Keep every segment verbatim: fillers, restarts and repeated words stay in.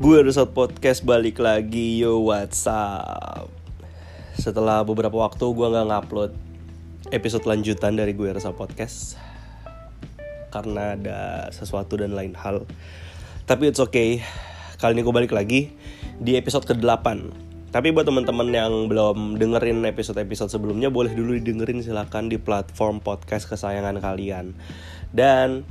Gue Resort Podcast balik lagi. Yo, what's up? Setelah beberapa waktu gue gak ngupload episode lanjutan dari Gue Resort Podcast karena ada sesuatu dan lain hal. Tapi it's okay. Kali ini gue balik lagi di episode kedelapan. Tapi buat teman-teman yang belum dengerin episode-episode sebelumnya, boleh dulu didengerin, silakan di platform podcast kesayangan kalian. Dan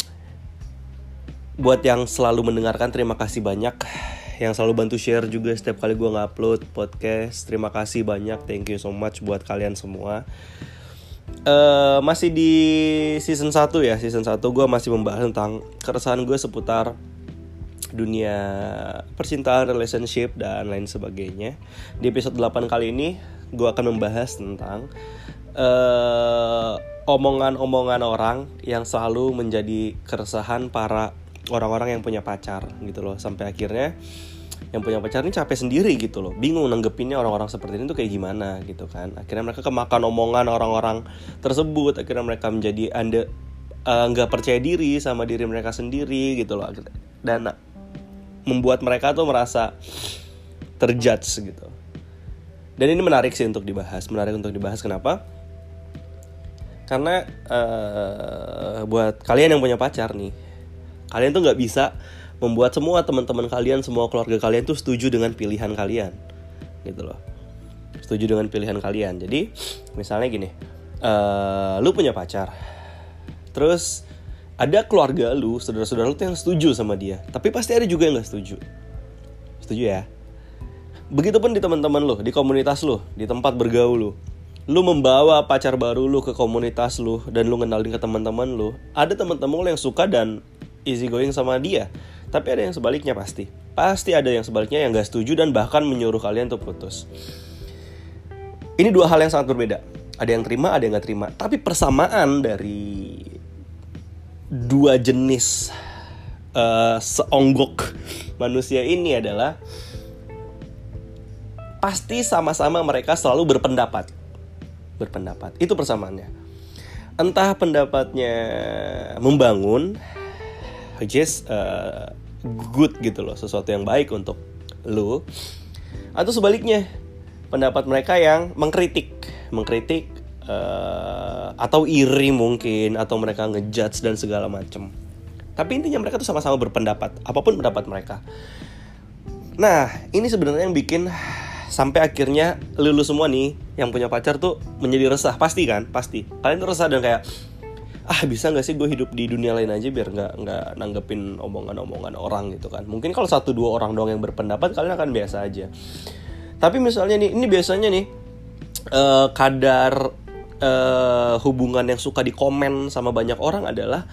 buat yang selalu mendengarkan, terima kasih banyak. Yang selalu bantu share juga setiap kali gue ngupload podcast, terima kasih banyak. Thank you so much buat kalian semua. uh, Masih di season satu ya. Season satu gue masih membahas tentang keresahan gue seputar dunia percintaan, relationship, dan lain sebagainya. Di episode delapan kali ini gue akan membahas tentang uh, omongan-omongan orang yang selalu menjadi keresahan para orang-orang yang punya pacar gitu loh. Sampai akhirnya yang punya pacar ini capek sendiri gitu loh, bingung nanggepinnya orang-orang seperti ini tuh kayak gimana gitu kan. Akhirnya mereka kemakan omongan orang-orang tersebut. Akhirnya mereka menjadi anda uh, gak percaya diri sama diri mereka sendiri gitu loh. Dan uh, membuat mereka tuh merasa terjudge gitu. Dan ini menarik sih untuk dibahas. Menarik untuk dibahas kenapa? Karena uh, buat kalian yang punya pacar nih, kalian tuh gak bisa membuat semua teman-teman kalian, semua keluarga kalian tuh setuju dengan pilihan kalian gitu loh. Setuju dengan pilihan kalian. Jadi misalnya gini, uh, lu punya pacar, terus ada keluarga lu, saudara-saudara lu tuh yang setuju sama dia, tapi pasti ada juga yang gak setuju. Setuju ya? Begitupun di teman-teman lu, di komunitas lu, di tempat bergaul lu. Lu membawa pacar baru lu ke komunitas lu dan lu ngenalin ke teman-teman lu. Ada teman-teman lu yang suka dan easy going sama dia, tapi ada yang sebaliknya pasti. Pasti ada yang sebaliknya yang gak setuju dan bahkan menyuruh kalian untuk putus. Ini dua hal yang sangat berbeda. Ada yang terima, ada yang gak terima. Tapi persamaan dari dua jenis uh, seonggok manusia ini adalah pasti sama-sama mereka selalu berpendapat. Berpendapat, itu persamaannya. Entah pendapatnya membangun, which is uh, good gitu loh, sesuatu yang baik untuk lu, atau sebaliknya pendapat mereka yang mengkritik, mengkritik uh, atau iri mungkin, atau mereka ngejudge dan segala macam. Tapi intinya mereka tuh sama-sama berpendapat, apapun pendapat mereka. Nah, ini sebenarnya yang bikin sampai akhirnya lu semua nih yang punya pacar tuh menjadi resah, pasti kan, pasti. Kalian tuh resah dan kayak, ah bisa nggak sih gue hidup di dunia lain aja biar nggak nggak nanggepin omongan-omongan orang gitu kan. Mungkin kalau satu dua orang doang yang berpendapat kalian akan biasa aja. Tapi misalnya nih, ini biasanya nih uh, kadar uh, hubungan yang suka dikomen sama banyak orang adalah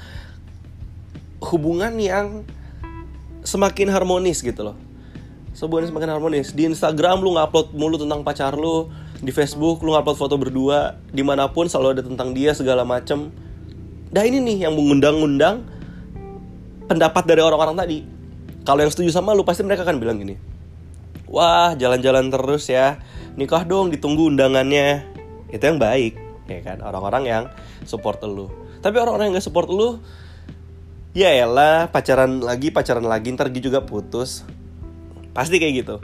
hubungan yang semakin harmonis gitu loh. Sebuah semakin harmonis. Di Instagram lu ngupload mulu tentang pacar lu, di Facebook lu ngupload foto berdua, dimanapun selalu ada tentang dia segala macem. Nah ini nih yang mengundang-undang pendapat dari orang-orang tadi. Kalau yang setuju sama lu pasti mereka akan bilang gini, wah jalan-jalan terus ya, nikah dong, ditunggu undangannya. Itu yang baik, ya kan, orang-orang yang support lu. Tapi orang-orang yang gak support lu, ya elah, pacaran lagi, pacaran lagi, ntar juga putus. Pasti kayak gitu.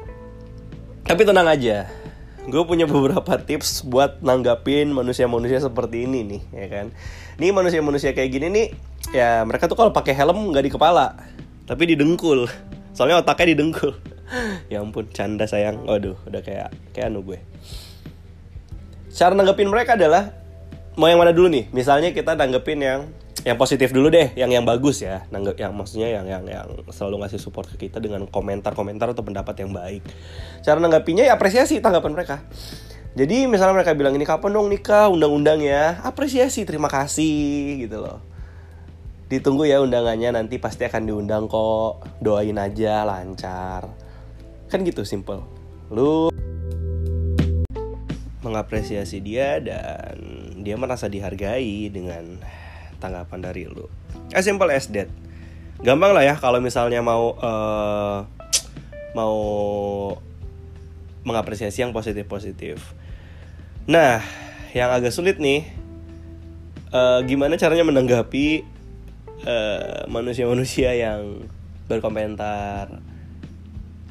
Tapi tenang aja, gue punya beberapa tips buat nanggapin manusia-manusia seperti ini nih, ya kan. Nih manusia-manusia kayak gini nih, ya mereka tuh kalau pakai helm nggak di kepala, tapi di dengkul. Soalnya otaknya di dengkul. Ya ampun, canda sayang. Waduh, udah kayak kayak anu gue. Cara nanggepin mereka adalah, mau yang mana dulu nih? Misalnya kita nanggepin yang yang positif dulu deh, yang yang bagus ya, nanggep, yang maksudnya yang yang yang selalu ngasih support ke kita dengan komentar-komentar atau pendapat yang baik. Cara nanggapinya ya apresiasi tanggapan mereka. Jadi misalnya mereka bilang ini kapan dong nikah, undang-undang ya, apresiasi, terima kasih gitu loh. Ditunggu ya undangannya, nanti pasti akan diundang kok, doain aja lancar. Kan gitu, simple. Lu mengapresiasi dia dan dia merasa dihargai dengan tanggapan dari lu. As simple as that. Gampang lah ya kalau misalnya mau uh, mau mengapresiasi yang positif-positif. Nah, yang agak sulit nih, uh, gimana caranya menanggapi uh, manusia-manusia yang berkomentar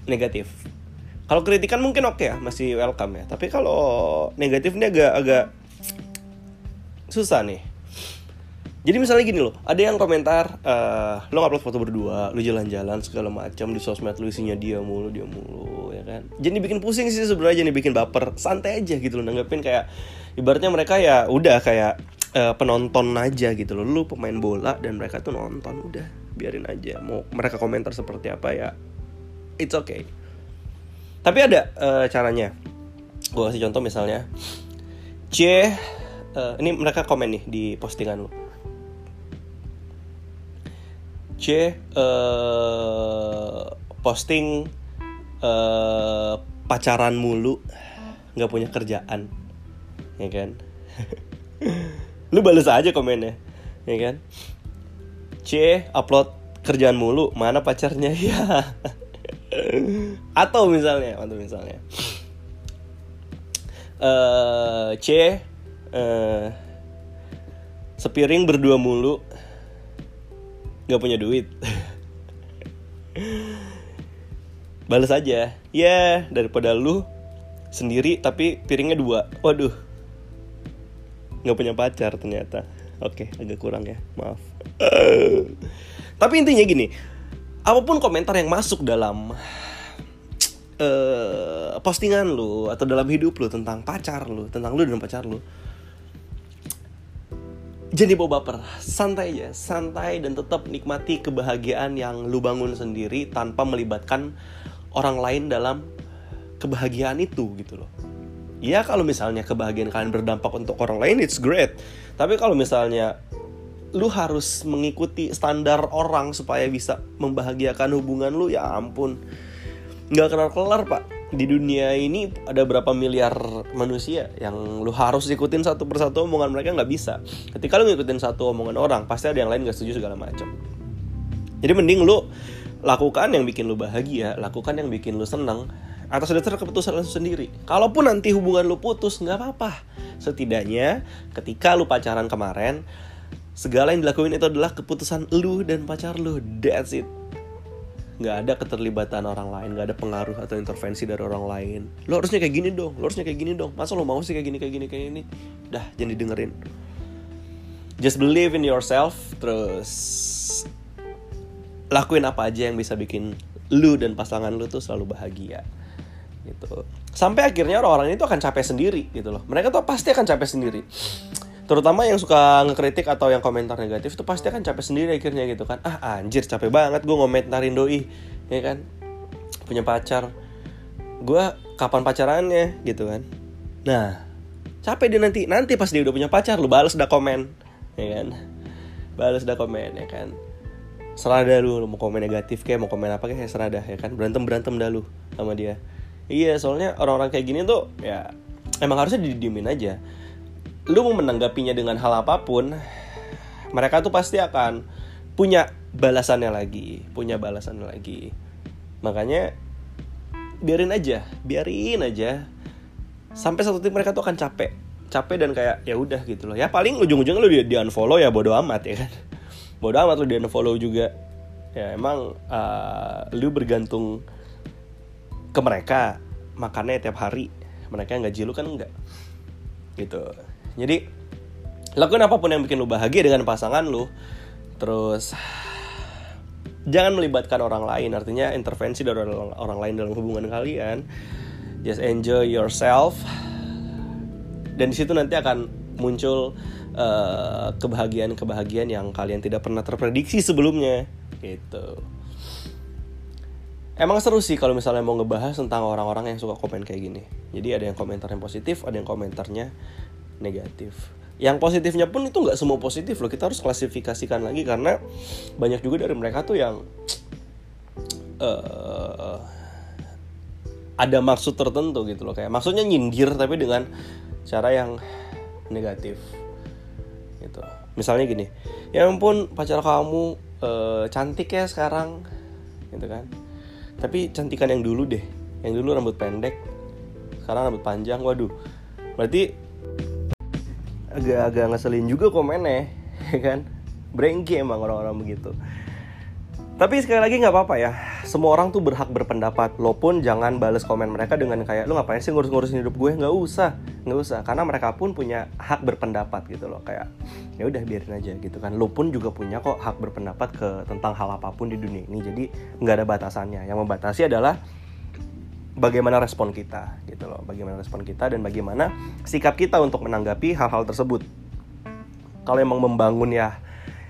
negatif. Kalau kritikan mungkin oke ya, masih welcome ya. Tapi kalau negatif ini agak agak susah nih. Jadi misalnya gini loh, ada yang komentar, uh, lo ngupload foto berdua, lo jalan-jalan segala macam di sosmed, lo isinya dia mulu, dia mulu, ya kan. Jadi bikin pusing sih sebenarnya, jadi bikin baper. Santai aja gitu loh, nanggepin kayak ibaratnya mereka ya udah kayak uh, penonton aja gitu loh. Lo pemain bola dan mereka tuh nonton, udah biarin aja. Mau mereka komentar seperti apa ya, it's okay. Tapi ada uh, caranya. Gue kasih contoh misalnya, C, uh, ini mereka komen nih di postingan lo. C uh, posting uh, pacaran mulu, nggak punya kerjaan, ya kan? Lu balas aja komennya, ya kan? C upload kerjaan mulu, mana pacarnya ya? Atau misalnya, atau misalnya, uh, C uh, sepiring berdua mulu, nggak punya duit. Balas aja, ya daripada lu sendiri tapi piringnya dua. Waduh, nggak punya pacar ternyata. Oke, agak kurang ya, maaf. Tapi intinya gini, apapun komentar yang masuk dalam uh, postingan lu atau dalam hidup lu tentang pacar lu, tentang lu dan pacar lu, jangan dibawa baper, santai aja, santai dan tetap nikmati kebahagiaan yang lu bangun sendiri tanpa melibatkan orang lain dalam kebahagiaan itu gitu loh. Ya kalau misalnya kebahagiaan kalian berdampak untuk orang lain, it's great. Tapi kalau misalnya lu harus mengikuti standar orang supaya bisa membahagiakan hubungan lu, ya ampun, nggak kelar-kelar pak. Di dunia ini ada berapa miliar manusia yang lu harus ikutin satu persatu omongan mereka, nggak bisa. Ketika lu ngikutin satu omongan orang, pasti ada yang lain nggak setuju segala macam. Jadi mending lu lakukan yang bikin lu bahagia, lakukan yang bikin lu senang atas dasar keputusan lu sendiri. Kalaupun nanti hubungan lu putus, nggak apa-apa. Setidaknya ketika lu pacaran kemarin, segala yang dilakuin itu adalah keputusan lu dan pacar lu. That's it. Gak ada keterlibatan orang lain, gak ada pengaruh atau intervensi dari orang lain. Lo harusnya kayak gini dong, lo harusnya kayak gini dong. Masa lo mau sih kayak gini, kayak gini, kayak gini? Dah, jangan didengerin. Just believe in yourself, terus lakuin apa aja yang bisa bikin lu dan pasangan lu tuh selalu bahagia gitu. Sampai akhirnya orang-orang itu akan capek sendiri gitu loh. Mereka tuh pasti akan capek sendiri. Terutama yang suka ngekritik atau yang komentar negatif tuh pasti akan capek sendiri akhirnya gitu kan. Ah anjir, capek banget gue ngomentarin doi, ya kan, punya pacar, gue kapan pacarannya gitu kan. Nah capek dia nanti Nanti pas dia udah punya pacar, lu balas dah komen, ya kan, balas dah komen, ya kan. Serah dah lu, lu mau komen negatif kayak mau komen apa kayak serah dah, ya kan. Berantem-berantem dah lu sama dia. Iya, soalnya orang-orang kayak gini tuh ya emang harusnya didiemin aja. Lu mau menanggapinya dengan hal apapun, mereka tuh pasti akan punya balasannya lagi, punya balasannya lagi. Makanya biarin aja, biarin aja. Sampai satu titik mereka tuh akan capek, capek dan kayak ya udah gitu loh. Ya paling ujung-ujungnya lu di, di unfollow ya bodo amat ya kan. Bodo amat lu di unfollow juga. Ya emang uh, lu bergantung ke mereka, makannya tiap hari. Mereka yang gaji lu kan enggak. Gitu. Jadi lakuin apapun yang bikin lu bahagia dengan pasangan lu. Terus jangan melibatkan orang lain, artinya intervensi dari orang, orang lain dalam hubungan kalian. Just enjoy yourself. Dan di situ nanti akan muncul uh, kebahagiaan-kebahagiaan yang kalian tidak pernah terprediksi sebelumnya. Gitu. Emang seru sih kalau misalnya mau ngebahas tentang orang-orang yang suka komen kayak gini. Jadi ada yang komentar yang positif, ada yang komentarnya negatif. Yang positifnya pun itu nggak semua positif loh. Kita harus klasifikasikan lagi karena banyak juga dari mereka tuh yang uh, ada maksud tertentu gitu loh. Kayak maksudnya nyindir tapi dengan cara yang negatif gitu. Misalnya gini, ya ampun pacar kamu uh, cantik ya sekarang gitu kan. Tapi cantikan yang dulu deh. Yang dulu rambut pendek, sekarang rambut panjang. Waduh, berarti agak-agak ngeselin juga komennya, ya kan? Brengki emang orang-orang begitu. Tapi sekali lagi nggak apa-apa ya. Semua orang tuh berhak berpendapat. Lo pun jangan bales komen mereka dengan kayak, lo ngapain sih ngurus-ngurusin hidup gue? Nggak usah, nggak usah. Karena mereka pun punya hak berpendapat gitu loh. Kayak ya udah biarin aja gitu kan. Lo pun juga punya kok hak berpendapat ke tentang hal apapun di dunia ini. Jadi nggak ada batasannya. Yang membatasi adalah bagaimana respon kita gitu loh. Bagaimana respon kita dan bagaimana sikap kita untuk menanggapi hal-hal tersebut. Kalau emang membangun ya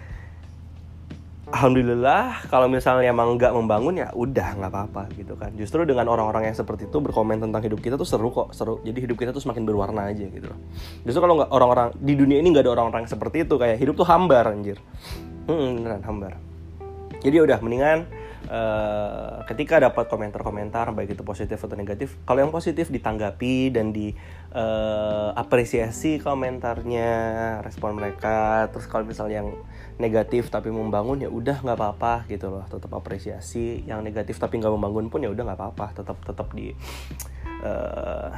alhamdulillah, kalau misalnya emang nggak membangun ya udah nggak apa-apa gitu kan. Justru dengan orang-orang yang seperti itu berkomen tentang hidup kita tuh seru kok, seru. Jadi hidup kita tuh semakin berwarna aja gitu loh. Justru kalau nggak orang-orang di dunia ini nggak ada orang-orang yang seperti itu, kayak hidup tuh hambar anjir. Hmm, beneran hambar. Jadi udah mendingan uh, ketika dapat komentar-komentar baik itu positif atau negatif, kalau yang positif ditanggapi dan di uh, apresiasi komentarnya, respon mereka. Terus kalau misalnya yang negatif tapi membangun ya udah nggak apa-apa gitu loh, tetap apresiasi. Yang negatif tapi nggak membangun pun ya udah nggak apa-apa, tetap tetap di uh,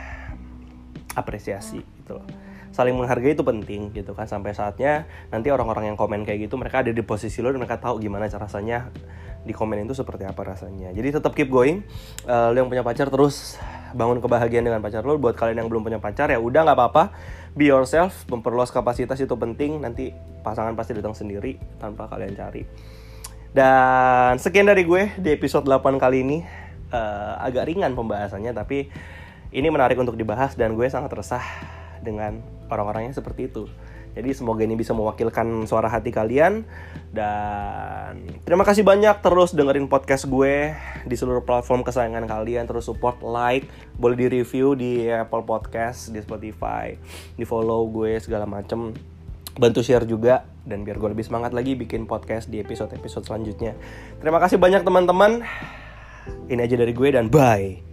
apresiasi gitu loh. Saling menghargai itu penting gitu kan. Sampai saatnya nanti orang-orang yang komen kayak gitu mereka ada di posisi lo dan mereka tahu gimana rasanya di komen itu seperti apa rasanya. Jadi tetap keep going. Uh, lo yang punya pacar terus bangun kebahagiaan dengan pacar lo. Buat kalian yang belum punya pacar ya udah nggak apa-apa. Be yourself, memperluas kapasitas itu penting. Nanti pasangan pasti datang sendiri tanpa kalian cari. Dan sekian dari gue di episode delapan kali ini. uh, Agak ringan pembahasannya, tapi ini menarik untuk dibahas dan gue sangat resah dengan orang-orang yang seperti itu. Jadi semoga ini bisa mewakilkan suara hati kalian. Dan terima kasih banyak terus dengerin podcast gue di seluruh platform kesayangan kalian. Terus support, like, boleh di review di Apple Podcast, di Spotify, di follow gue segala macem. Bantu share juga dan biar gue lebih semangat lagi bikin podcast di episode-episode selanjutnya. Terima kasih banyak teman-teman. Ini aja dari gue dan bye.